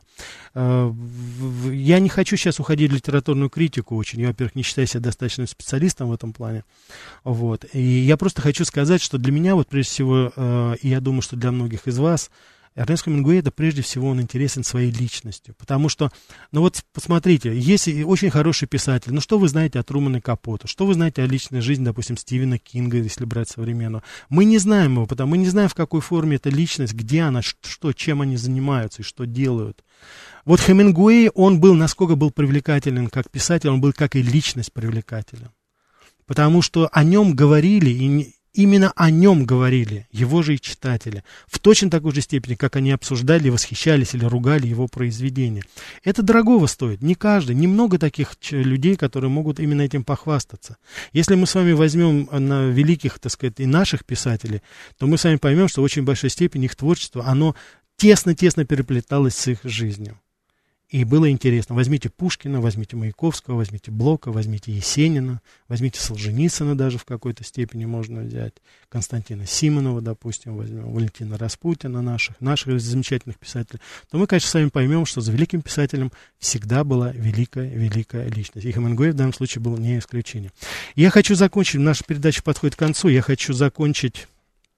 Я не хочу сейчас уходить в литературную критику очень. Я, во-первых, не считаю себя достаточным специалистом в этом плане. И я просто хочу сказать, что для меня, прежде всего, и я думаю, что для многих из вас, Эрнест Хемингуэй, это прежде всего он интересен своей личностью, потому что, посмотрите, есть очень хороший писатель, что вы знаете о Трумане Капоте, что вы знаете о личной жизни, допустим, Стивена Кинга, если брать современного, мы не знаем его, мы не знаем, в какой форме эта личность, где она, чем они занимаются и что делают. Хемингуэй, он был, насколько был привлекателен как писатель, он был как и личность привлекателен, потому что о нем говорили, и именно о нем говорили его же и читатели, в точно такой же степени, как они обсуждали, восхищались или ругали его произведения. Это дорогого стоит, не каждый, немного таких людей, которые могут именно этим похвастаться. Если мы с вами возьмем на великих, так сказать, и наших писателей, то мы с вами поймем, что в очень большой степени их творчество, оно тесно-тесно переплеталось с их жизнью. И было интересно. Возьмите Пушкина, возьмите Маяковского, возьмите Блока, возьмите Есенина, возьмите Солженицына даже в какой-то степени можно взять, Константина Симонова, допустим, возьмем, Валентина Распутина, наших замечательных писателей, то мы, конечно, с вами поймем, что за великим писателем всегда была великая личность. И Хемингуэй в данном случае был не исключением. Я хочу закончить, наша передача подходит к концу, я хочу закончить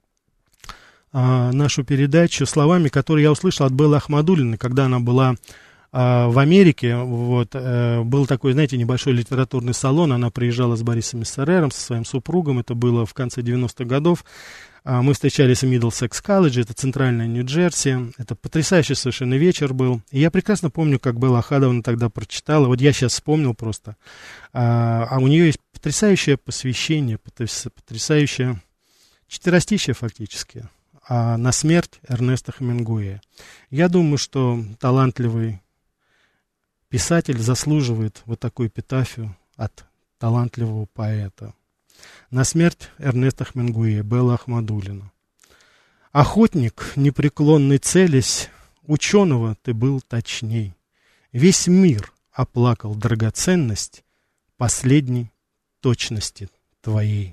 нашу передачу словами, которые я услышал от Беллы Ахмадуллиной, когда она была в Америке. Вот, был такой, знаете, небольшой литературный салон, она приезжала с Борисом Мессерером, со своим супругом, это было в конце 90-х годов. Мы встречались в Миддлсекс колледже, это центральная Нью-Джерси, это потрясающий совершенно вечер был. И я прекрасно помню, как Белла Ахмадуллина тогда прочитала, вот я сейчас вспомнил просто, а у нее есть потрясающее посвящение, потрясающее четверостишье фактически, на смерть Эрнеста Хемингуэя. Я думаю, что талантливый писатель заслуживает вот такую эпитафию от талантливого поэта. На смерть Эрнеста Хемингуэя, Белла Ахмадуллина. Охотник, непреклонный целясь, ученого ты был точней. Весь мир оплакал драгоценность последней точности твоей.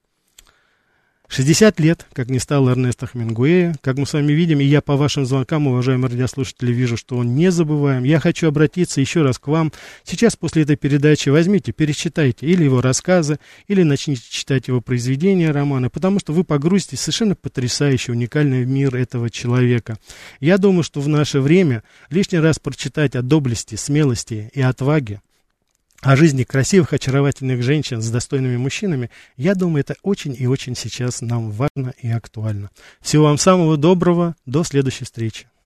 60 лет, как не стало Эрнеста Хемингуэя, как мы с вами видим, и я по вашим звонкам, уважаемые радиослушатели, вижу, что он не забываем. Я хочу обратиться еще раз к вам. Сейчас после этой передачи возьмите, перечитайте или его рассказы, или начните читать его произведения, романы, потому что вы погрузитесь в совершенно потрясающий, уникальный мир этого человека. Я думаю, что в наше время лишний раз прочитать о доблести, смелости и отваге, о жизни красивых, очаровательных женщин с достойными мужчинами, я думаю, это очень и очень сейчас нам важно и актуально. Всего вам самого доброго, до следующей встречи.